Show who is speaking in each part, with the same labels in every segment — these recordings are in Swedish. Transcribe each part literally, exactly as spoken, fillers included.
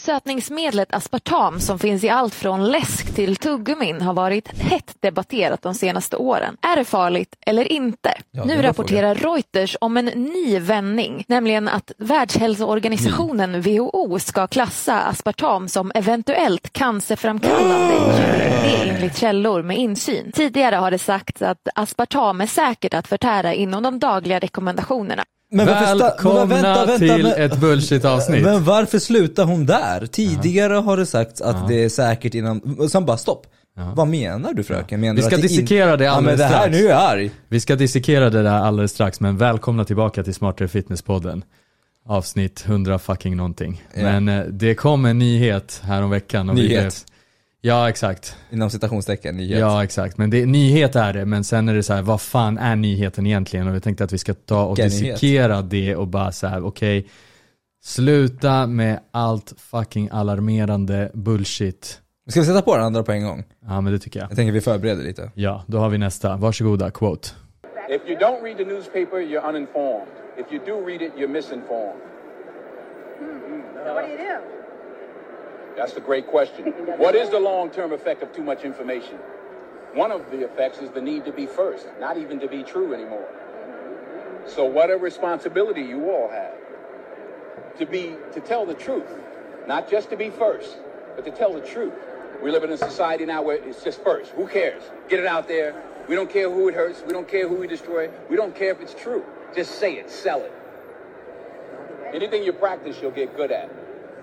Speaker 1: Sötningsmedlet aspartam som finns i allt från läsk till tuggummin har varit hett debatterat de senaste åren. Är det farligt eller inte?
Speaker 2: Ja,
Speaker 1: nu rapporterar Reuters om en ny vändning, nämligen att Världshälsoorganisationen mm. W H O ska klassa aspartam som eventuellt cancerframkallande djur. Det är enligt källor med insyn. Tidigare har det sagts att aspartam är säkert att förtära inom de dagliga rekommendationerna.
Speaker 3: Men
Speaker 4: Välkomna men vänta, vänta, till men, ett bullshit-avsnitt.
Speaker 3: Men varför slutar hon där? Tidigare uh-huh. har det sagts att uh-huh. det är säkert innan. Och sen bara stopp. Uh-huh. Vad menar du, fröken? Menar
Speaker 4: vi ska
Speaker 3: att
Speaker 4: dissekera in... det alldeles
Speaker 3: ja, men det här,
Speaker 4: strax.
Speaker 3: Nu är jag arg.
Speaker 4: Vi ska dissekera det där alldeles strax. Men välkomna tillbaka till Smartare Fitness-podden. Avsnitt hundra fucking någonting. Yeah. Men eh, det kom en nyhet här om veckan. Och
Speaker 3: nyhet?
Speaker 4: Vi blev... Ja, exakt.
Speaker 3: Inom citationstecken, nyhet.
Speaker 4: Ja, exakt. Men det, nyhet är det. Men sen är det så här, vad fan är nyheten egentligen? Och vi tänkte att vi ska ta och dissekera det och bara så här, okej. Okay, sluta med allt fucking alarmerande bullshit.
Speaker 3: Ska vi sätta på den andra på en gång?
Speaker 4: Ja, men det tycker jag.
Speaker 3: Jag tänker vi förbereder lite.
Speaker 4: Ja, då har vi nästa. Varsågoda, quote.
Speaker 5: If you don't read the newspaper, you're uninformed. If you do read it, you're misinformed.
Speaker 6: Hmm. So what do you do?
Speaker 5: That's a great question. What is the long-term effect of too much information? One of the effects is the need to be first, not even to be true anymore. So what a responsibility you all have to be, to tell the truth, not just to be first, but to tell the truth. We live in a society now where it's just first. Who cares? Get it out there. We don't care who it hurts. We don't care who we destroy. We don't care if it's true. Just say it, sell it. Anything you practice, you'll get good at.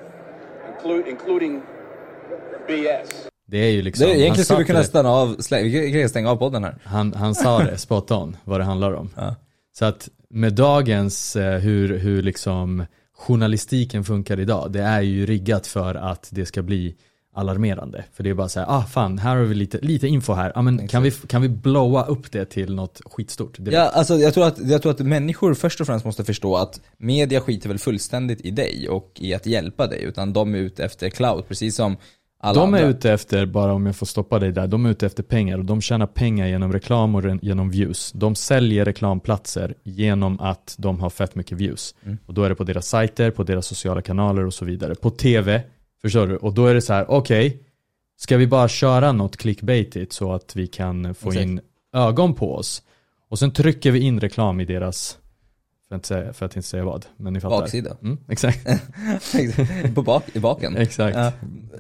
Speaker 5: Including B S.
Speaker 4: Det är ju liksom...
Speaker 3: Det är, egentligen skulle vi kunna stänga av, vi kan stänga av podden här.
Speaker 4: Han, han sa det, spot on, vad det handlar om.
Speaker 3: Ja.
Speaker 4: Så att med dagens, hur, hur liksom journalistiken funkar idag, det är ju riggat för att det ska bli alarmerande. För det är bara så här, ah fan, här har vi lite, lite info här. Ah, men kan vi, kan vi blowa upp det till något skitstort? Det
Speaker 3: ja, alltså jag tror, att, jag tror att människor först och främst måste förstå att media skiter väl fullständigt i dig och i att hjälpa dig. Utan de är ute efter cloud, precis som alla
Speaker 4: De är
Speaker 3: andra.
Speaker 4: ute efter, bara om jag får stoppa dig där, de är ute efter pengar och de tjänar pengar genom reklam och genom views. De säljer reklamplatser genom att de har fett mycket views. Mm. Och då är det på deras sajter, på deras sociala kanaler och så vidare. På tv, förstår du? Och då är det så här, okej, okay, ska vi bara köra något clickbaitigt så att vi kan få Exakt. in ögon på oss. Och sen trycker vi in reklam i deras, för att, säga, för att inte säga vad, men ni fattar.
Speaker 3: Baksida.
Speaker 4: Mm, exakt.
Speaker 3: På bak, i baken.
Speaker 4: Exakt. Ja.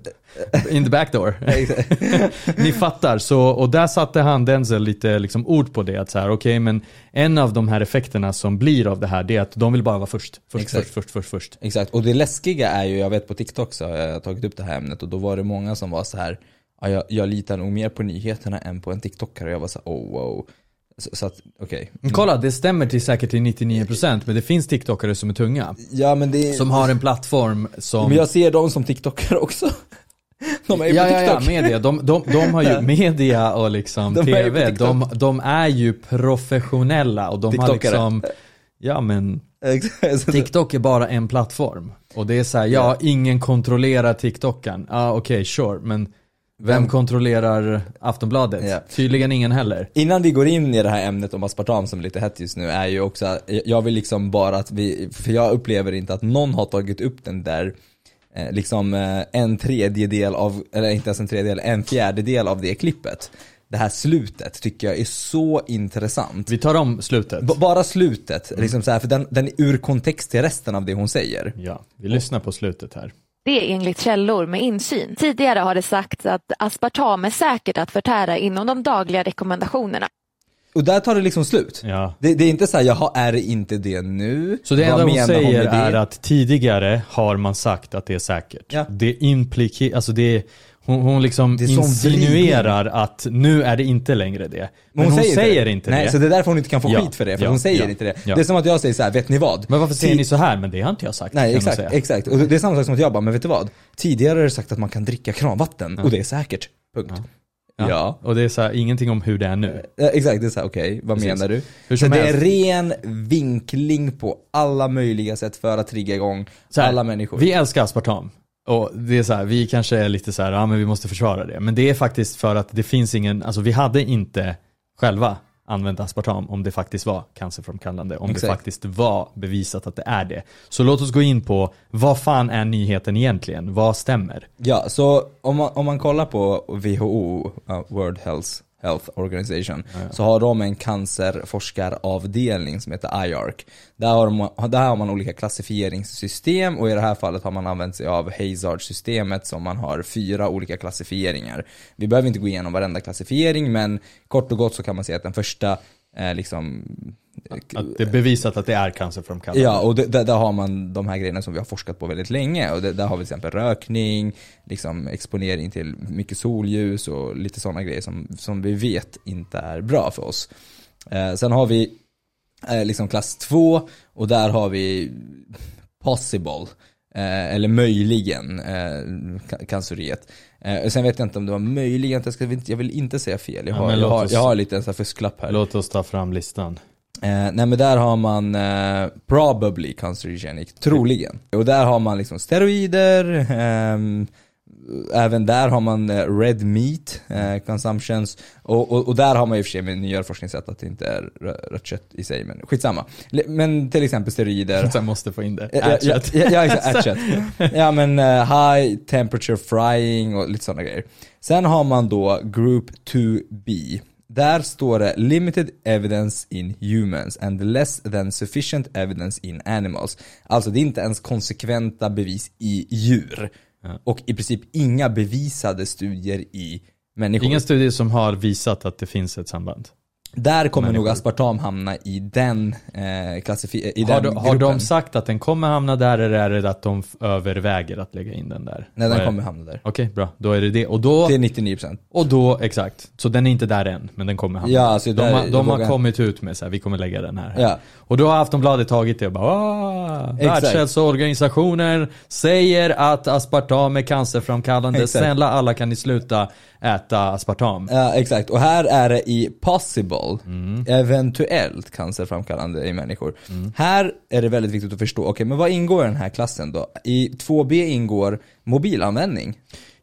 Speaker 4: In the back door. Ni fattar. Så, och där satte han Denzel lite liksom ord på det. Att så här, okej, okay, men en av de här effekterna som blir av det här, det är att de vill bara vara först. Först,
Speaker 3: Exakt.
Speaker 4: först, först, först, först.
Speaker 3: Exakt. Och det läskiga är ju, jag vet på TikTok så har jag tagit upp det här ämnet. Och då var det många som var så här, ja, jag, jag litar nog mer på nyheterna än på en TikTokare. Och jag var så här, oh wow. Så, så att, okej. Okay.
Speaker 4: Kolla, det stämmer till säkert till nittionio procent, men det finns TikTokare som är tunga.
Speaker 3: Ja, men det...
Speaker 4: Som har en plattform som...
Speaker 3: Men jag ser dem som TikTokare också. De är ju
Speaker 4: ja,
Speaker 3: på
Speaker 4: ja,
Speaker 3: TikTok.
Speaker 4: ja, media. De, de, de har ju media och liksom
Speaker 3: de
Speaker 4: tv. De, de är ju professionella och de
Speaker 3: TikTokare.
Speaker 4: har liksom... Ja, men... TikTok är bara en plattform. Och det är så här, ja, yeah. ingen kontrollerar TikToken. Ja, ah, okej, okay, sure, men... Vem mm. kontrollerar Aftonbladet? Yeah. Tydligen ingen heller.
Speaker 3: Innan vi går in i det här ämnet om aspartam som är lite hett just nu, är ju också, jag vill liksom bara att vi, för jag upplever inte att någon har tagit upp den där eh, liksom eh, en tredjedel av, eller inte ens en tredjedel, en fjärdedel av det klippet. Det här slutet tycker jag är så intressant.
Speaker 4: Vi tar om slutet.
Speaker 3: B- bara slutet, mm. liksom så här, för den, den är ur kontext till resten av det hon säger.
Speaker 4: Ja, vi lyssnar på slutet här.
Speaker 1: Det är enligt källor med insyn. Tidigare har det sagts att aspartam är säkert att förtära inom de dagliga rekommendationerna.
Speaker 3: Och där tar det liksom slut.
Speaker 4: Ja.
Speaker 3: Det, det är inte så här, jaha, är det inte det nu?
Speaker 4: Så det enda hon säger hon är att tidigare har man sagt att det är säkert. Ja. Det implikerar, alltså det är, hon, hon liksom
Speaker 3: det
Speaker 4: insinuerar att nu är det inte längre det. Men, Men hon, hon säger inte, inte det.
Speaker 3: Nej, så det är därför hon inte kan få
Speaker 4: ja.
Speaker 3: skit för det. För
Speaker 4: ja.
Speaker 3: hon säger
Speaker 4: ja.
Speaker 3: inte det.
Speaker 4: Ja.
Speaker 3: Det är som att jag säger så här, vet ni vad?
Speaker 4: Men varför säger Tid- ni så här? Men det har inte jag sagt.
Speaker 3: Nej, exakt, exakt. Och det är samma sak som att jag bara, men vet du vad? Tidigare har det sagt att man kan dricka kranvatten. Ja. Och det är säkert. Punkt.
Speaker 4: Ja. Ja. ja, och det är så här, ingenting om hur det är nu.
Speaker 3: Ja, exakt, det är så här, okej, okay, vad Precis. menar du?
Speaker 4: Hur
Speaker 3: så det
Speaker 4: helst.
Speaker 3: är ren vinkling på alla möjliga sätt för att trigga igång här, alla människor.
Speaker 4: Vi älskar aspartam. Och det är så här, vi kanske är lite så här, ja men vi måste försvara det. Men det är faktiskt för att det finns ingen, alltså vi hade inte själva använt aspartam om det faktiskt var cancerframkallande, om
Speaker 3: Exakt.
Speaker 4: det faktiskt var bevisat att det är det. Så låt oss gå in på vad fan är nyheten egentligen? Vad stämmer?
Speaker 3: Ja, så om man, om man kollar på W H O, uh, World Health, Health Organization, ja, ja. så har de en cancerforskaravdelning som heter I A R C. Där har, de, där har man olika klassificeringssystem, och i det här fallet har man använt sig av Hazard-systemet som man har fyra olika klassifieringar. Vi behöver inte gå igenom varenda klassifiering, men kort och gott så kan man säga att den första eh, liksom...
Speaker 4: Att det är bevisat att det är cancerframkallande.
Speaker 3: Ja, och det, där, där har man de här grejerna som vi har forskat på väldigt länge. Och det, där har vi till exempel rökning, liksom exponering till mycket solljus och lite sådana grejer som, som vi vet inte är bra för oss. Eh, sen har vi eh, liksom klass två, och där har vi possible, eh, eller möjligen eh, canceriet. Eh, sen vet jag inte om det var möjligen, jag, ska, jag vill inte säga fel. Jag har,
Speaker 4: ja,
Speaker 3: jag har,
Speaker 4: oss,
Speaker 3: jag har lite en sån här fusklapp här.
Speaker 4: Låt oss ta fram listan.
Speaker 3: Eh, nej, men där har man eh, probably cancerogenic, troligen. Och där har man liksom steroider, eh, även där har man eh, red meat eh, consumptions, och, och, och där har man i och för sig med nyare forskning sett att det inte är rött kött i sig, men skitsamma. Men till exempel steroider.
Speaker 4: Jag måste få in det.
Speaker 3: Ärtkött. Ja, ja, exakt, ärtkött. Ja, men uh, high temperature frying och lite sådana grejer. Sen har man då group two B. Där står det limited evidence in humans and less than sufficient evidence in animals. Alltså det är inte ens konsekventa bevis i djur. Ja. Och i princip inga bevisade studier i människor.
Speaker 4: Inga studier som har visat att det finns ett samband.
Speaker 3: Där kommer
Speaker 4: människor.
Speaker 3: nog aspartam hamna i den eh, klassifi- i
Speaker 4: har,
Speaker 3: den
Speaker 4: de, har de sagt att den kommer hamna där, eller är det att de f- överväger att lägga in den där?
Speaker 3: Nej, den
Speaker 4: är...
Speaker 3: kommer hamna där.
Speaker 4: Okej, okay, bra. Då är det det. Och då...
Speaker 3: Det är nittionio procent.
Speaker 4: Och då, exakt. Så den är inte där än, men den kommer hamna.
Speaker 3: Ja, alltså
Speaker 4: de
Speaker 3: där,
Speaker 4: har, de har
Speaker 3: vågar...
Speaker 4: kommit ut med så här, vi kommer lägga den här. här.
Speaker 3: Ja.
Speaker 4: Och då har Aftonbladet tagit det och bara, Världshälsoorganisationen säger att aspartam är cancerframkallande.
Speaker 3: Exakt.
Speaker 4: Snälla alla, kan ni sluta äta aspartam?
Speaker 3: Ja, exakt. Och här är det i possible,
Speaker 4: Mm.
Speaker 3: eventuellt cancerframkallande i människor. Mm. Här är det väldigt viktigt att förstå, okej, okay, men vad ingår i den här klassen då? I två B ingår mobilanvändning.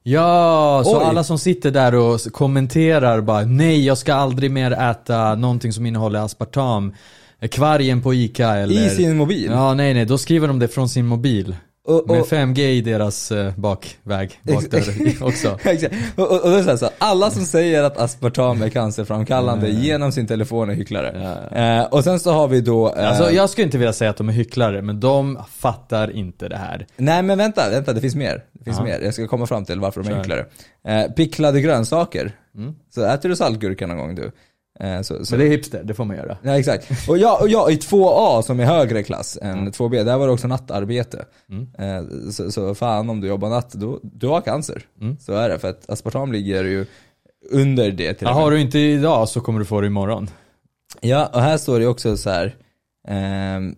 Speaker 4: Ja, så
Speaker 3: Oj.
Speaker 4: alla som sitter där och kommenterar bara, nej, jag ska aldrig mer äta någonting som innehåller aspartam. Kvargen på Ica eller...
Speaker 3: I sin mobil?
Speaker 4: Ja, nej, nej, då skriver de det från sin mobil.
Speaker 3: Och, och,
Speaker 4: med fem G i deras uh, bakväg, bakdörr också.
Speaker 3: Exakt. Och, och, och det är så här, så alla som säger att aspartam är cancerframkallande mm. genom sin telefon är hycklare. Ja, ja. Eh, och sen så har vi då... Eh,
Speaker 4: alltså, jag skulle inte vilja säga att de är hycklare, men de fattar inte det här.
Speaker 3: Nej, men vänta, vänta, det finns mer. Det finns mer. Jag ska komma fram till varför de är hycklare. Eh, picklade grönsaker. Mm. Så äter du saltgurka någon gång, du? Så, så.
Speaker 4: Men det är hipster, det får man göra.
Speaker 3: Ja, exakt. Och jag, och jag i två A som är högre klass än mm. två B, där var det också nattarbete. Mm. Så, så fan, om du jobbar natt, då, du har cancer. Mm. Så är det, för att aspartam ligger ju under det. Till
Speaker 4: ja, har du inte idag så kommer du få det imorgon.
Speaker 3: Ja, och här står det också så här. Um,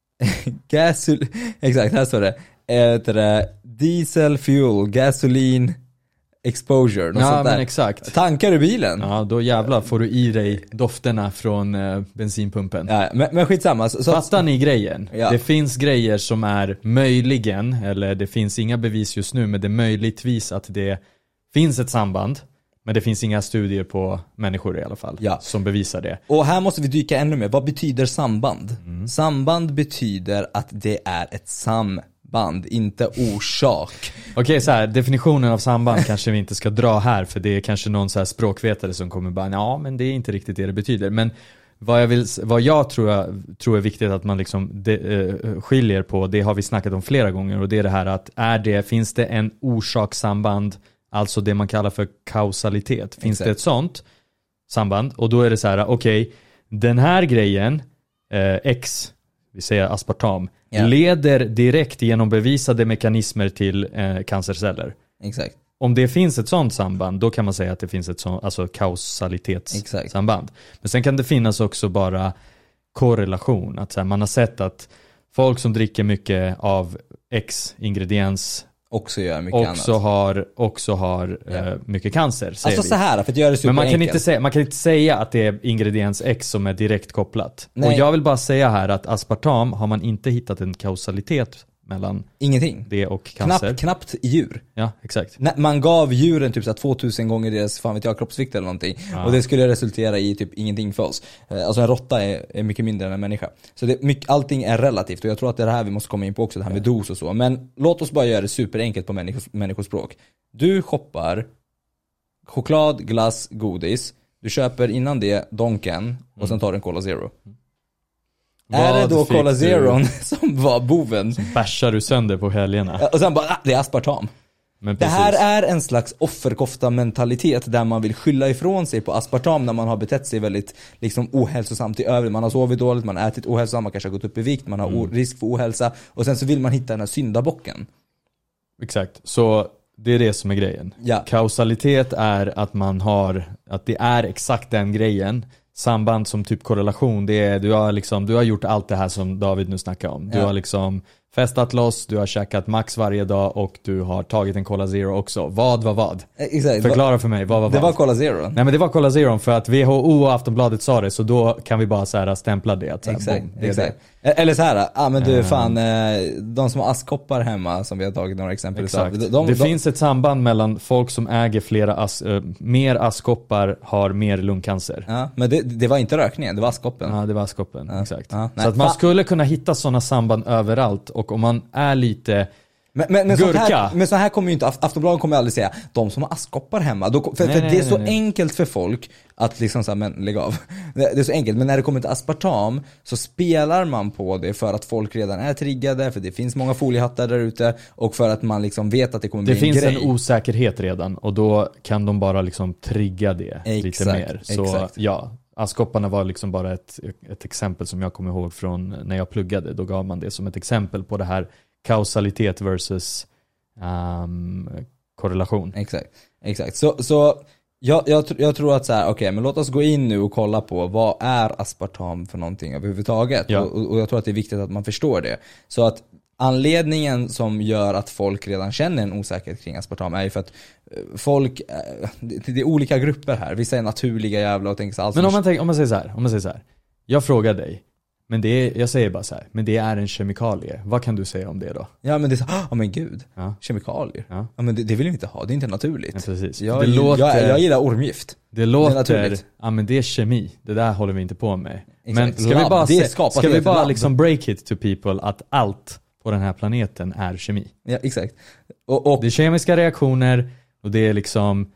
Speaker 3: gasol... Exakt, här står det. Äh, diesel, fuel, gasolin... exposure,
Speaker 4: ja,
Speaker 3: sånt där.
Speaker 4: Men exakt.
Speaker 3: Tankar du bilen?
Speaker 4: Ja, då jävlar får du i dig dofterna från eh, bensinpumpen.
Speaker 3: Ja, men, men skitsamma. Så,
Speaker 4: fattar ni grejen?
Speaker 3: Ja.
Speaker 4: Det finns grejer som är möjligen, eller det finns inga bevis just nu, men det är möjligtvis att det finns ett samband. Men det finns inga studier på människor i alla fall, ja, som bevisar det.
Speaker 3: Och här måste vi dyka ännu mer. Vad betyder samband? Mm. Samband betyder att det är ett samband, inte orsak.
Speaker 4: Okej, okay, så här, definitionen av samband kanske vi inte ska dra här, för det är kanske någon så här språkvetare som kommer bara, ja, men det är inte riktigt det det betyder. Men vad jag, vill, vad jag tror, jag, tror är viktigt att man liksom de, uh, skiljer på, det har vi snackat om flera gånger, och det är det här att är det, finns det en orsakssamband, alltså det man kallar för kausalitet. Finns Exakt. det ett sånt samband? Och då är det så här, okej, okay, den här grejen, eh, X, vi säger aspartam, yeah. leder direkt genom bevisade mekanismer till eh, cancerceller.
Speaker 3: Exakt.
Speaker 4: Om det finns ett sånt samband, då kan man säga att det finns ett sånt, alltså kausalitetssamband. Men sen kan det finnas också bara korrelation. Att så här, man har sett att folk som dricker mycket av X-ingrediens
Speaker 3: också gör mycket
Speaker 4: också
Speaker 3: annat.
Speaker 4: Har, också har ja. eh, mycket cancer.
Speaker 3: Alltså vi. så här, för att göra det super
Speaker 4: Men man kan,
Speaker 3: enkelt.
Speaker 4: inte säga, man kan inte säga att det är ingrediens X som är direkt kopplat. Nej. Och jag vill bara säga här att aspartam har man inte hittat en kausalitet mellan
Speaker 3: Ingenting.
Speaker 4: det och cancer.
Speaker 3: Knappt, knappt djur.
Speaker 4: Ja, exakt.
Speaker 3: När man gav djuren typ så här tvåtusen gånger deras fan vet jag, kroppsvikt eller någonting.
Speaker 4: Ja.
Speaker 3: Och det skulle resultera i typ ingenting för oss. Alltså en råtta är, är mycket mindre än en människa. Så det, mycket, allting är relativt. Och jag tror att det är det här vi måste komma in på också, det här med dos och så. Men låt oss bara göra det superenkelt på människos, människospråk. Du shoppar choklad, glass, godis. Du köper innan det Donken och sen tar du en Cola Zero.
Speaker 4: Vad
Speaker 3: Är det då
Speaker 4: fick
Speaker 3: Cola
Speaker 4: du-
Speaker 3: Zeron som var boven?
Speaker 4: Bärsar du sönder på helgerna?
Speaker 3: Och sen bara, ah, det är aspartam.
Speaker 4: Men
Speaker 3: Det
Speaker 4: precis.
Speaker 3: här är en slags offerkofta-mentalitet där man vill skylla ifrån sig på aspartam när man har betett sig väldigt liksom, ohälsosamt i övrigt. Man har sovit dåligt, man har ätit ohälsosamt, man kanske har gått upp i vikt, man har o- risk för ohälsa. Och sen så vill man hitta den här syndabocken.
Speaker 4: Exakt, så det är det som är grejen.
Speaker 3: Ja.
Speaker 4: Kausalitet är att man har, att det är exakt den grejen. Samband som typ korrelation, det är du har liksom, du har gjort allt det här som David nu snackar om. Du
Speaker 3: Ja.
Speaker 4: har liksom festat loss, du har käkat max varje dag och du har tagit en Cola Zero också. Vad var vad?
Speaker 3: Eh, Exakt.
Speaker 4: Förklara för mig, vad var
Speaker 3: Det
Speaker 4: vad?
Speaker 3: var Cola Zero.
Speaker 4: Nej men det var Cola Zero för att W H O och Aftonbladet sa det, så då kan vi bara så här stämpla det. Att så här,
Speaker 3: Exakt,
Speaker 4: boom, det är
Speaker 3: exakt.
Speaker 4: det.
Speaker 3: Eller så här, ja ah, men du
Speaker 4: Mm.
Speaker 3: fan, eh, de som har askkoppar hemma som vi har tagit några exempel
Speaker 4: Exakt.
Speaker 3: utav. De, de,
Speaker 4: det
Speaker 3: de,
Speaker 4: finns ett samband mellan folk som äger flera as, äh, mer askkoppar har mer lungcancer.
Speaker 3: Ja, men det, det var inte rökningen, det var askkoppen.
Speaker 4: Ja, det var askkoppen. Exakt.
Speaker 3: Ja, nej.
Speaker 4: Så att man
Speaker 3: Fan.
Speaker 4: skulle kunna hitta sådana samband överallt, och om man är lite
Speaker 3: Men, men, men, sånt
Speaker 4: Gurka.
Speaker 3: här, men så här kommer ju inte, Aft- Aftonbladet kommer aldrig säga de som har askkoppar hemma. Då, för
Speaker 4: Nej,
Speaker 3: för
Speaker 4: nej,
Speaker 3: det är
Speaker 4: nej,
Speaker 3: så
Speaker 4: nej.
Speaker 3: enkelt för folk att liksom så här, men lägg av. Det, det är så enkelt, men när det kommer till aspartam så spelar man på det för att folk redan är triggade, för det finns många foliehattar där ute och för att man liksom vet att det kommer
Speaker 4: det
Speaker 3: bli en
Speaker 4: finns
Speaker 3: grej.
Speaker 4: en osäkerhet redan, och då kan de bara liksom trigga det lite
Speaker 3: Exakt,
Speaker 4: mer. Så
Speaker 3: exakt.
Speaker 4: ja, askkopparna var liksom bara ett, ett exempel som jag kommer ihåg från när jag pluggade. Då gav man det som ett exempel på det här kausalitet versus um, korrelation.
Speaker 3: Exakt, exakt. Så, så jag, jag, tr- jag tror att så här, okej, okay, men låt oss gå in nu och kolla på vad är aspartam för någonting överhuvudtaget.
Speaker 4: Ja.
Speaker 3: Och, och jag tror att det är viktigt att man förstår det. Så att anledningen som gör att folk redan känner en osäkerhet kring aspartam är ju för att eh, folk, eh, det, det är olika grupper här. Vissa är naturliga jävla och tänker så allt
Speaker 4: Men
Speaker 3: som-
Speaker 4: om man, tänker, om man säger så här, om man säger så här. Jag frågar dig, men det är, jag säger bara så här, men det är en kemikalie. Vad kan du säga om det då?
Speaker 3: Ja men det är så, ja men gud,
Speaker 4: Ja.
Speaker 3: kemikalier.
Speaker 4: Ja.
Speaker 3: Ja men det, det vill vi inte ha, det är inte naturligt.
Speaker 4: Ja, precis.
Speaker 3: Jag,
Speaker 4: Det låter-
Speaker 3: jag, jag gillar ormgift.
Speaker 4: Det låter,
Speaker 3: naturligt.
Speaker 4: ja men det är kemi. Det där håller vi inte på med. Men
Speaker 3: Exakt.
Speaker 4: ska vi
Speaker 3: Labb,
Speaker 4: bara,
Speaker 3: det är
Speaker 4: se,
Speaker 3: skapat
Speaker 4: ska vi
Speaker 3: helt
Speaker 4: bara
Speaker 3: labb.
Speaker 4: liksom break it to people att allt på den här planeten är kemi.
Speaker 3: Ja exakt. Och, och
Speaker 4: Det är kemiska reaktioner och det är liksom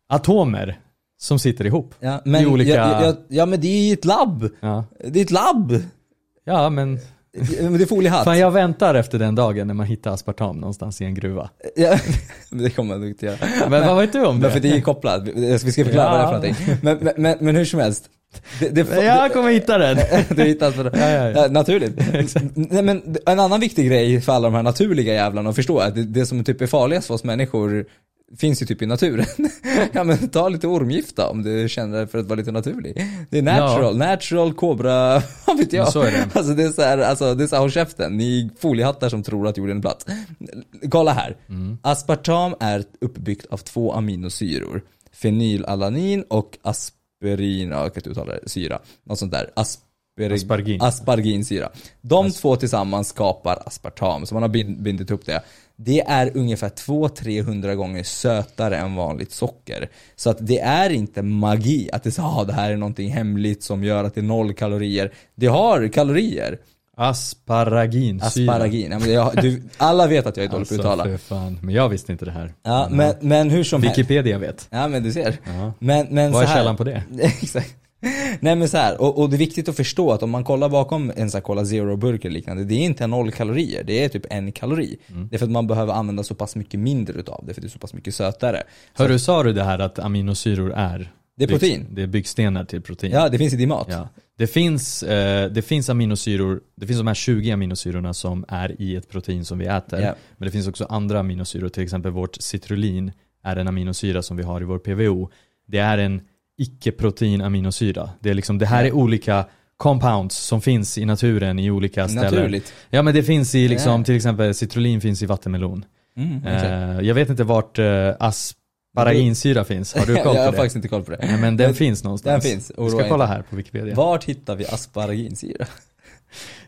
Speaker 4: atomer som sitter ihop.
Speaker 3: ja, men,
Speaker 4: i olika...
Speaker 3: ja, ja, ja men det är ju ett labb.
Speaker 4: Ja,
Speaker 3: Det är ett labb.
Speaker 4: ja men
Speaker 3: Men det är foliehatt.
Speaker 4: fan, jag väntar efter den dagen när man hittar aspartam någonstans i en gruva.
Speaker 3: Ja, det kommer man nog inte göra.
Speaker 4: Men vad vet du om
Speaker 3: Men
Speaker 4: det?
Speaker 3: för det är kopplat. Vi ska förklara
Speaker 4: Ja.
Speaker 3: vad det är för någonting. Men, men, men, men hur som helst. Det, det,
Speaker 4: Jag kommer hitta den.
Speaker 3: det är hittat för
Speaker 4: Ja, ja, ja.
Speaker 3: Ja, naturligt. Nej, men en annan viktig grej för alla de här naturliga jävlarna att förstå är att det, det som typ är farligast för oss människor finns ju typ i naturen. Ja men ta lite ormgift då, om du känner dig för att vara lite naturlig. Det är natural, natural kobra, vad vet jag.
Speaker 4: Men så är det.
Speaker 3: Alltså det är så här, alltså det är så här, håll käften. Ni foliehattar som tror att jorden är platt. Kolla här.
Speaker 4: Mm.
Speaker 3: Aspartam är uppbyggt av två aminosyror. Fenylalanin och asperin, ja, jag kan inte uttala det, syra. Något sånt där. Asper-
Speaker 4: Aspargin.
Speaker 3: Asparginsyra. De två tillsammans skapar aspartam, så man har bind, bindit upp det. Det är ungefär två till trehundra gånger sötare än vanligt socker. Så att det är inte magi att det, så, ah, det här är någonting hemligt som gör att det är noll kalorier. Det har kalorier.
Speaker 4: Asparaginsyra.
Speaker 3: Asparagin. Ja, men jag, du, alla vet att jag är dålig på att
Speaker 4: Alltså,
Speaker 3: uttala.
Speaker 4: för fan. Men jag visste inte det här.
Speaker 3: Ja, men, men hur som helst.
Speaker 4: Wikipedia vet.
Speaker 3: Ja, men du ser.
Speaker 4: Ja.
Speaker 3: Men, men
Speaker 4: Vad är
Speaker 3: så här,
Speaker 4: källan på det?
Speaker 3: Exakt. Nej men så här, och, och det är viktigt att förstå att om man kollar bakom en sån här Cola Zero-burk eller liknande, det är inte noll kalorier, det är typ en kalori.
Speaker 4: Mm.
Speaker 3: Det är för att man behöver använda så pass mycket mindre utav det, för det är så pass mycket sötare. Så,
Speaker 4: Hörru, sa du det här att aminosyror är
Speaker 3: Det är protein.
Speaker 4: bygg- det är byggstenar till protein?
Speaker 3: ja, det finns i din mat.
Speaker 4: Ja. Det finns, eh, det finns aminosyror, det finns de här tjugo aminosyrorna som är i ett protein som vi äter.
Speaker 3: Ja.
Speaker 4: Men det finns också andra aminosyror, till exempel vårt citrulin är en aminosyra som vi har i vår P V O. Det är en icke-protein aminosyra. Det är liksom, det här är olika compounds som finns i naturen i olika ställen.
Speaker 3: Naturligt.
Speaker 4: Ja, men det finns i liksom,
Speaker 3: Ja.
Speaker 4: till exempel citrulin finns i vattenmelon.
Speaker 3: Mm, exakt.
Speaker 4: Eh, jag vet inte vart eh, asparaginsyra finns. Har du koll på
Speaker 3: jag har
Speaker 4: det?
Speaker 3: faktiskt inte koll på det.
Speaker 4: Ja, men den finns någonstans.
Speaker 3: Den finns.
Speaker 4: Vi
Speaker 3: Oroa
Speaker 4: ska
Speaker 3: inte.
Speaker 4: kolla här på Wikipedia.
Speaker 3: Vart hittar vi asparaginsyra?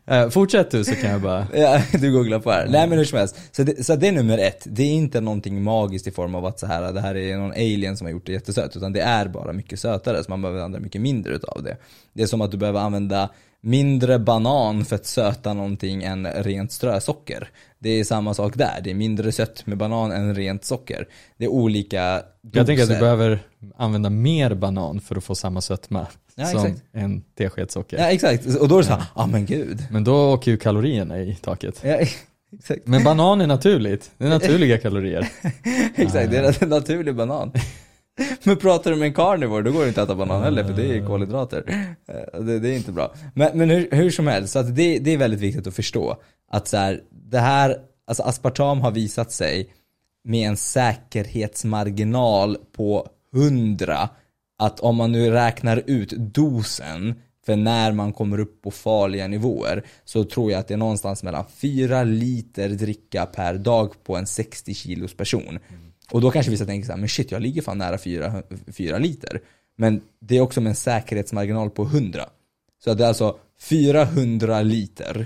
Speaker 4: Uh, fortsätt du så kan jag bara...
Speaker 3: Ja, du googlar på här. Nej men hur som helst. Så det, så det är nummer ett. Det är inte någonting magiskt i form av att så här, det här är någon alien som har gjort det jättesött. Utan det är bara mycket sötare. Så man behöver använda mycket mindre utav det. Det är som att du behöver använda mindre banan för att söta någonting än rent strösocker. Det är samma sak där. Det är mindre sött med banan än rent socker. Det är olika doser.
Speaker 4: Jag tänker att du behöver använda mer banan för att få samma sötma
Speaker 3: ja,
Speaker 4: som
Speaker 3: exakt.
Speaker 4: en tesked socker.
Speaker 3: Ja, exakt. Och då är det så här, ja ah, men gud.
Speaker 4: Men då åker ju kalorierna i taket.
Speaker 3: Ja, exakt.
Speaker 4: Men banan är naturligt. Det är naturliga kalorier.
Speaker 3: Exakt, det är en naturlig banan. Men pratar du med en carnivore, då går det inte att äta banan heller, för det är kolhydrater. Det, det är inte bra. Men, men hur, hur som helst, så att det, det är väldigt viktigt att förstå att så här, det här, alltså aspartam har visat sig med en säkerhetsmarginal på hundra, att om man nu räknar ut dosen för när man kommer upp på farliga nivåer, så tror jag att det är någonstans mellan fyra liter dricka per dag på en sextio kilos person. Mm. Och då kanske vi ska tänka så här, men shit, jag ligger fan nära fyra liter. Men det är också med en säkerhetsmarginal på hundra. Så att det är alltså fyrahundra liter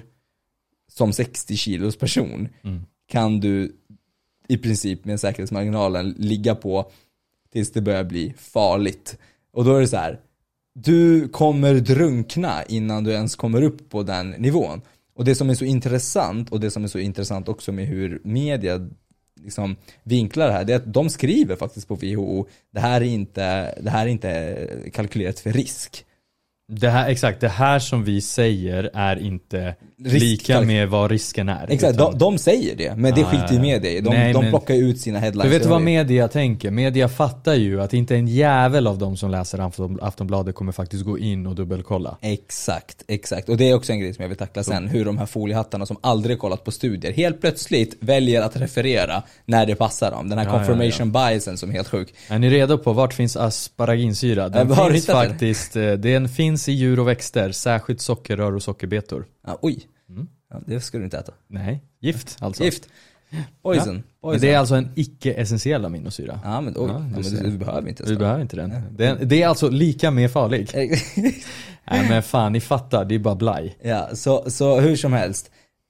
Speaker 3: som sextio kilos person mm. kan du i princip med säkerhetsmarginalen ligga på tills det börjar bli farligt. Och då är det så här, du kommer drunkna innan du ens kommer upp på den nivån. Och det som är så intressant, och det som är så intressant också med hur media liksom vinklar det här, det är att de skriver faktiskt på W H O, det här är inte, det här är inte kalkylerat för risk.
Speaker 4: Det här, exakt, det här som vi säger är inte risk, lika med vad risken är.
Speaker 3: Exakt,
Speaker 4: utan...
Speaker 3: de, de säger det, men det
Speaker 4: ah,
Speaker 3: skiter i media. De,
Speaker 4: nej,
Speaker 3: de
Speaker 4: men...
Speaker 3: plockar ut sina headlines.
Speaker 4: Du vet vad media tänker? Media fattar ju att inte en jävel av dem som läser Afton, Aftonbladet kommer faktiskt gå in och dubbelkolla.
Speaker 3: Exakt, exakt. Och det är också en grej som jag vill tackla sen. Hur de här foliehattarna som aldrig kollat på studier helt plötsligt väljer att referera när det passar dem. Den här ja, confirmation ja, ja. biasen som är helt sjuk.
Speaker 4: Är ni redo på vart finns asparaginsyra? Den äh, finns faktiskt, den? den finns i djur och växter, särskilt sockerrör och sockerbetor.
Speaker 3: Ja, oj, mm. ja, det ska du inte äta.
Speaker 4: Nej, gift alltså.
Speaker 3: Gift. Poison.
Speaker 4: Ja.
Speaker 3: Poison.
Speaker 4: Det är alltså en icke-essentiell aminosyra.
Speaker 3: Ja, men, oj, ja, men du, du behöver inte.
Speaker 4: Du behöver inte den. Ja. den. Det är alltså lika med farlig. Nej men fan, ni fattar, det är bara blaj.
Speaker 3: Ja, så, så hur som helst.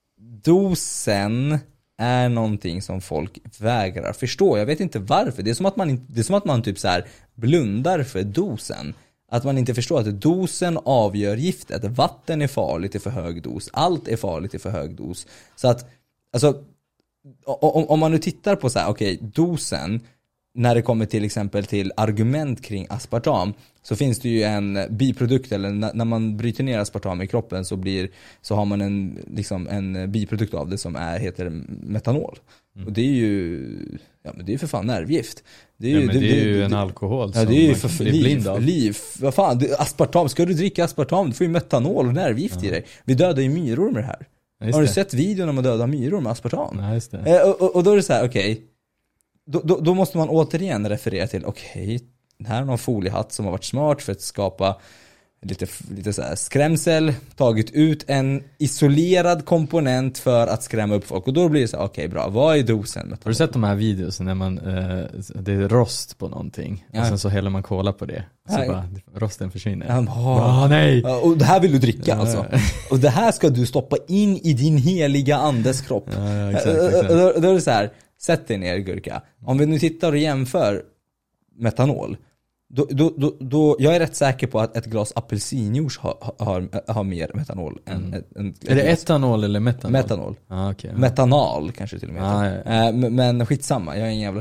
Speaker 3: Dosen är någonting som folk vägrar förstå. Jag vet inte varför. Det är som att man, det är som att man typ så här blundar för dosen. Att man inte förstår att dosen avgör giftet. Vatten är farligt i för hög dos. Allt är farligt i för hög dos. Så att, alltså, om, om man nu tittar på så här, okej, okay, dosen, när det kommer till exempel till argument kring aspartam, så finns det ju en biprodukt, eller när man bryter ner aspartam i kroppen så blir, så har man en, liksom en biprodukt av det som är, heter metanol. Mm. Och det är ju, ja men det är ju för fan nervgift. Det är ju,
Speaker 4: ja, men det, det är ju
Speaker 3: det,
Speaker 4: en alkohol
Speaker 3: ja,
Speaker 4: som
Speaker 3: det är ju
Speaker 4: man
Speaker 3: för
Speaker 4: blir blind av.
Speaker 3: Liv, vad fan, det, aspartam, ska du dricka aspartam, du får ju metanol och nervgift ja. i dig. Vi dödar ju myror med det här. Ja, har du det. sett videon om att döda myror med aspartam?
Speaker 4: Ja, just det.
Speaker 3: Eh, och, och, och då är det så här, okej. Okay, då, då, då måste man återigen referera till, okej, okay, det här är någon foliehatt som har varit smart för att skapa lite, lite så här skrämsel, tagit ut en isolerad komponent för att skrämma upp folk. Och då blir det så här, okej okay, bra, vad är dosen?
Speaker 4: Har du sett de här videos när man, eh, det är rost på någonting ja. och sen så häller man kola på det så ja. bara rosten försvinner.
Speaker 3: Ja, oh,
Speaker 4: nej.
Speaker 3: Och det här vill du dricka ja. alltså. Och det här ska du stoppa in i din heliga andes kropp.
Speaker 4: Ja, ja, exakt, exakt.
Speaker 3: Då, då är det så här, sätt dig ner gurka. Om vi nu tittar och jämför metanol, Då, då, då, då, jag är rätt säker på att ett glas apelsinjuice har, har, har mer metanol än
Speaker 4: mm.
Speaker 3: ett, en,
Speaker 4: Är det etanol eller metanol?
Speaker 3: Metanol.
Speaker 4: Ah, okay, ja.
Speaker 3: Metanol kanske till och med.
Speaker 4: Ah, ja, ja.
Speaker 3: Men skitsamma, jag är ingen jävla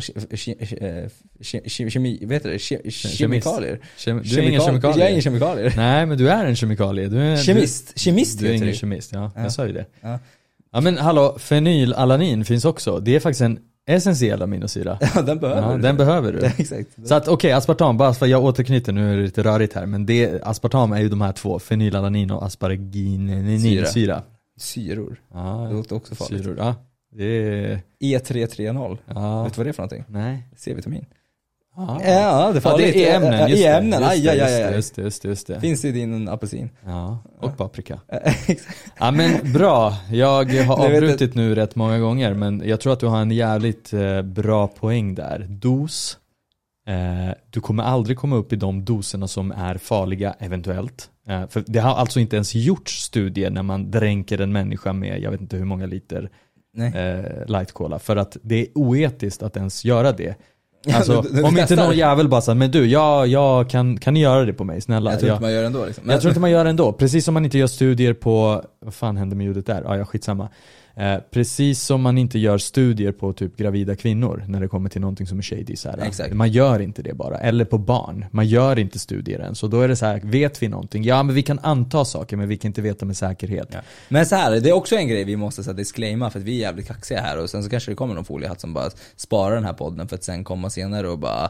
Speaker 3: kemi, kemi, vet du det? Ke, kemikalier.
Speaker 4: Kem, du är ingen kemikalier.
Speaker 3: Jag är ingen kemikalier.
Speaker 4: Nej, men du är en kemikalie. Du är,
Speaker 3: kemist. Kemist
Speaker 4: du, du är ingen
Speaker 3: det.
Speaker 4: kemist, ja.
Speaker 3: ja.
Speaker 4: Jag sa ju det.
Speaker 3: Ja.
Speaker 4: Ja, men hallå, fenylalanin finns också. Det är faktiskt en essentiell aminosyra.
Speaker 3: Ja, den behöver
Speaker 4: ja,
Speaker 3: du.
Speaker 4: Den behöver du.
Speaker 3: Ja, exakt.
Speaker 4: Så att okej, okay, aspartam, bara för jag återknyter, nu är det lite rörigt här, men det, aspartam är ju de här två, fenylalanin och asparaginsyra.
Speaker 3: Syror.
Speaker 4: Ja,
Speaker 3: det låter också farligt.
Speaker 4: Syror, ja. Det är...
Speaker 3: E tre tre noll.
Speaker 4: Ja.
Speaker 3: Vet du vad det är för någonting?
Speaker 4: Nej.
Speaker 3: C-vitamin.
Speaker 4: Ah.
Speaker 3: Ja, det är farligt.
Speaker 4: Ja, det är ämnen, just
Speaker 3: I ämnen,
Speaker 4: det.
Speaker 3: Aj, aj, aj, aj.
Speaker 4: Just det, just det, just det.
Speaker 3: Finns i din apelsin.
Speaker 4: Ja, och paprika. Ja, men bra. Jag har avbrutit nu rätt många gånger, men jag tror att du har en jävligt eh, bra poäng där. Dos. Eh, du kommer aldrig komma upp i de doserna som är farliga eventuellt. Uh, för det har alltså inte ens gjorts studier när man dränker en människa med, jag vet inte hur många liter uh, light cola. För att det är oetiskt att ens göra det. Alltså, ja, om inte någon jävel bara säger, men du, jag, jag kan, kan ni göra det på mig, snälla?
Speaker 3: Jag tror
Speaker 4: jag,
Speaker 3: inte man gör det ändå. Liksom.
Speaker 4: Jag tror inte man gör det ändå. Precis som man inte gör studier på, vad fan hände med ljudet där? Ja, ja skitsamma. Eh, precis som man inte gör studier på typ gravida kvinnor när det kommer till någonting som är shady. Så här.
Speaker 3: Exakt.
Speaker 4: Man gör inte det bara. Eller på barn. Man gör inte studier än. Så då är det så här, vet vi någonting? Ja, men vi kan anta saker, men vi kan inte veta med säkerhet. Ja.
Speaker 3: Men så här, det är också en grej vi måste säga disclaima, för att vi är jävligt kaxiga här. Och sen så kanske det kommer någon foliehatt som bara sparar den här podden för att sen komma senare och bara...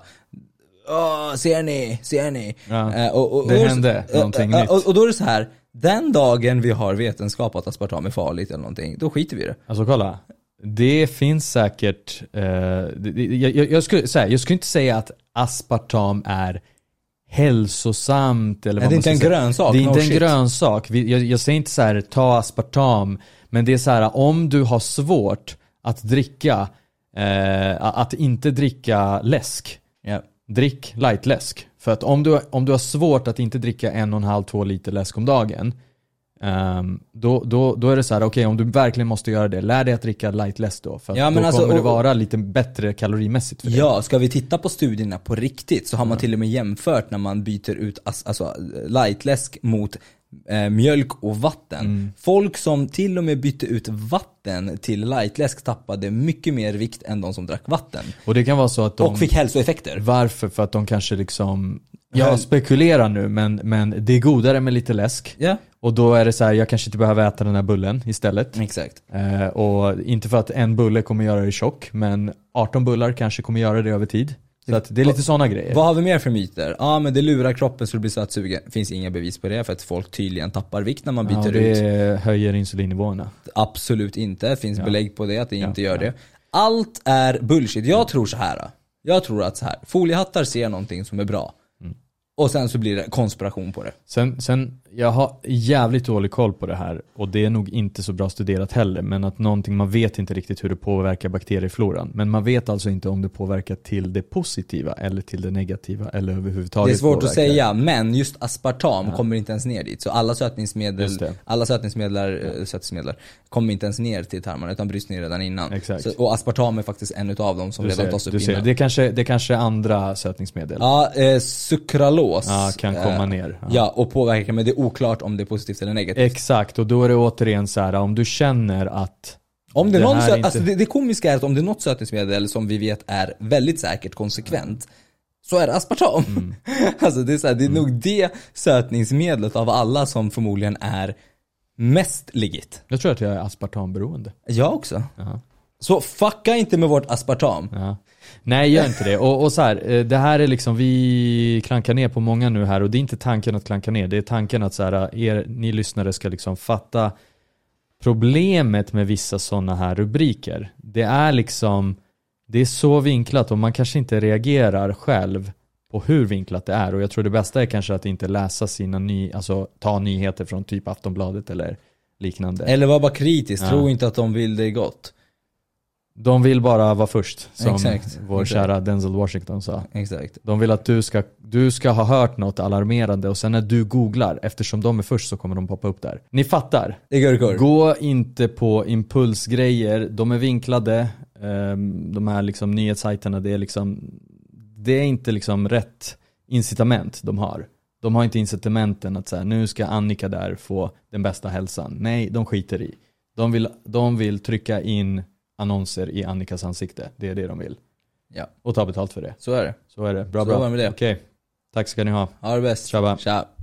Speaker 3: Åh, ser ni, ser ni?
Speaker 4: Ja,
Speaker 3: eh, och, och,
Speaker 4: det
Speaker 3: och,
Speaker 4: hände
Speaker 3: och,
Speaker 4: någonting
Speaker 3: och,
Speaker 4: nytt.
Speaker 3: och, och då är det så här, den dagen vi har vetenskap att aspartam är farligt eller någonting, då skiter vi i det.
Speaker 4: Alltså kolla, det finns säkert, eh, det, jag, jag, jag, skulle, så här, jag skulle inte säga att aspartam är hälsosamt. Eller
Speaker 3: Nej,
Speaker 4: vad
Speaker 3: det är inte en grönsak.
Speaker 4: Det är inte
Speaker 3: no
Speaker 4: en
Speaker 3: shit.
Speaker 4: grönsak. Vi, jag, jag säger inte så här, ta aspartam, men det är så här, om du har svårt att dricka, eh, att inte dricka läsk.
Speaker 3: Yeah.
Speaker 4: Drick lightläsk. För att om du, om du har svårt att inte dricka en och en halv, två liter läsk om dagen, um, då, då, då är det så här, okej, okay, om du verkligen måste göra det, lär dig att dricka lightläsk då. För att
Speaker 3: ja, men
Speaker 4: då
Speaker 3: alltså,
Speaker 4: kommer
Speaker 3: och,
Speaker 4: det vara lite bättre kalorimässigt för
Speaker 3: ja,
Speaker 4: det.
Speaker 3: ska vi titta på studierna på riktigt så har man till och med jämfört när man byter ut as, alltså, lightläsk mot eh, mjölk och vatten. Mm. Folk som till och med bytte ut vatten till lightläsk tappade mycket mer vikt än de som drack vatten.
Speaker 4: Och det kan vara så att de...
Speaker 3: Och fick hälsoeffekter.
Speaker 4: Varför? För att de kanske liksom... Jag spekulerar nu, men, men det är godare med lite läsk.
Speaker 3: Yeah.
Speaker 4: Och då är det så här, jag kanske inte behöver äta den här bullen istället.
Speaker 3: Exakt.
Speaker 4: Eh, och inte för att en bulle kommer göra det tjock, men arton bullar kanske kommer göra det över tid. Så att det är lite sådana grejer.
Speaker 3: Vad har vi mer för myter? Ja, men det lurar kroppen så det blir sötsugen. Finns inga bevis på det för att folk tydligen tappar vikt när man byter
Speaker 4: ja, det
Speaker 3: ut.
Speaker 4: Det höjer insulinnivåerna.
Speaker 3: Absolut inte. Finns ja. belägg på det att det
Speaker 4: ja,
Speaker 3: inte gör
Speaker 4: ja.
Speaker 3: det. Allt är bullshit. Jag tror så här. Jag tror att så här. Foliehattar ser någonting som är bra. Mm. Och sen så blir det konspiration på det.
Speaker 4: Sen, sen, jag har jävligt dålig koll på det här. Och det är nog inte så bra studerat heller. Men att någonting, man vet inte riktigt hur det påverkar bakteriefloran. Men man vet alltså inte om det påverkar till det positiva eller till det negativa. Eller överhuvudtaget.
Speaker 3: Det är svårt
Speaker 4: påverkar.
Speaker 3: att säga, men just aspartam
Speaker 4: ja.
Speaker 3: kommer inte ens ner dit. Så alla sötningsmedel, alla sötningsmedel, ja. sötningsmedel kommer inte ens ner till tarmarna utan bryts ner redan innan.
Speaker 4: Exakt.
Speaker 3: Så, och aspartam är faktiskt en utav dem som
Speaker 4: du
Speaker 3: redan
Speaker 4: ser,
Speaker 3: tas upp
Speaker 4: du ser.
Speaker 3: innan.
Speaker 4: Det är kanske, det är kanske andra sötningsmedel.
Speaker 3: Ja, eh, sukralos.
Speaker 4: Ja, kan komma
Speaker 3: eh,
Speaker 4: ner. Ja.
Speaker 3: ja, och påverkar, men det är oklart om det är positivt eller negativt.
Speaker 4: Exakt, och då är det återigen så här, om du känner att
Speaker 3: om det,
Speaker 4: det,
Speaker 3: någon sö-
Speaker 4: inte...
Speaker 3: alltså det, det komiska är att om det är något sötningsmedel som vi vet är väldigt säkert konsekvent, så är det aspartam. Mm. Alltså det är, så här, det är mm. nog det sötningsmedlet av alla som förmodligen är mest legit.
Speaker 4: Jag tror att jag är aspartamberoende.
Speaker 3: Jag också.
Speaker 4: Uh-huh.
Speaker 3: Så fucka inte med vårt aspartam.
Speaker 4: Ja. Nej, gör inte det. Och, och så här, det här är liksom, vi klankar ner på många nu här. Och det är inte tanken att klanka ner. Det är tanken att så här, er, ni lyssnare ska liksom fatta problemet med vissa sådana här rubriker. Det är liksom, det är så vinklat och man kanske inte reagerar själv på hur vinklat det är. Och jag tror det bästa är kanske att inte läsa sina ny, alltså ta nyheter från typ Aftonbladet eller liknande.
Speaker 3: Eller var bara kritisk,
Speaker 4: ja.
Speaker 3: Tro inte att de vill det gott.
Speaker 4: De vill bara vara först, som
Speaker 3: Exakt.
Speaker 4: vår
Speaker 3: Exakt.
Speaker 4: kära Denzel Washington sa.
Speaker 3: Exakt.
Speaker 4: De vill att du ska, du ska ha hört något alarmerande och sen när du googlar, eftersom de är först så kommer de poppa upp där. Ni fattar.
Speaker 3: Det går, det går.
Speaker 4: Gå inte på impulsgrejer, de är vinklade, de här liksom nyhetssajterna, det är liksom, det är inte liksom rätt incitament de har. De har inte incitamenten att säga, nu ska Annika där få den bästa hälsan. Nej, de skiter i. De vill, de vill trycka in annonser i Annikas ansikte. Det är det de vill.
Speaker 3: Ja.
Speaker 4: Och ta betalt för det.
Speaker 3: Så är det.
Speaker 4: Så är det. Bra,
Speaker 3: Så
Speaker 4: bra.
Speaker 3: var det med det.
Speaker 4: Okej. Tack ska ni ha.
Speaker 3: Ha det bäst.
Speaker 4: Tjaba.
Speaker 3: Tja.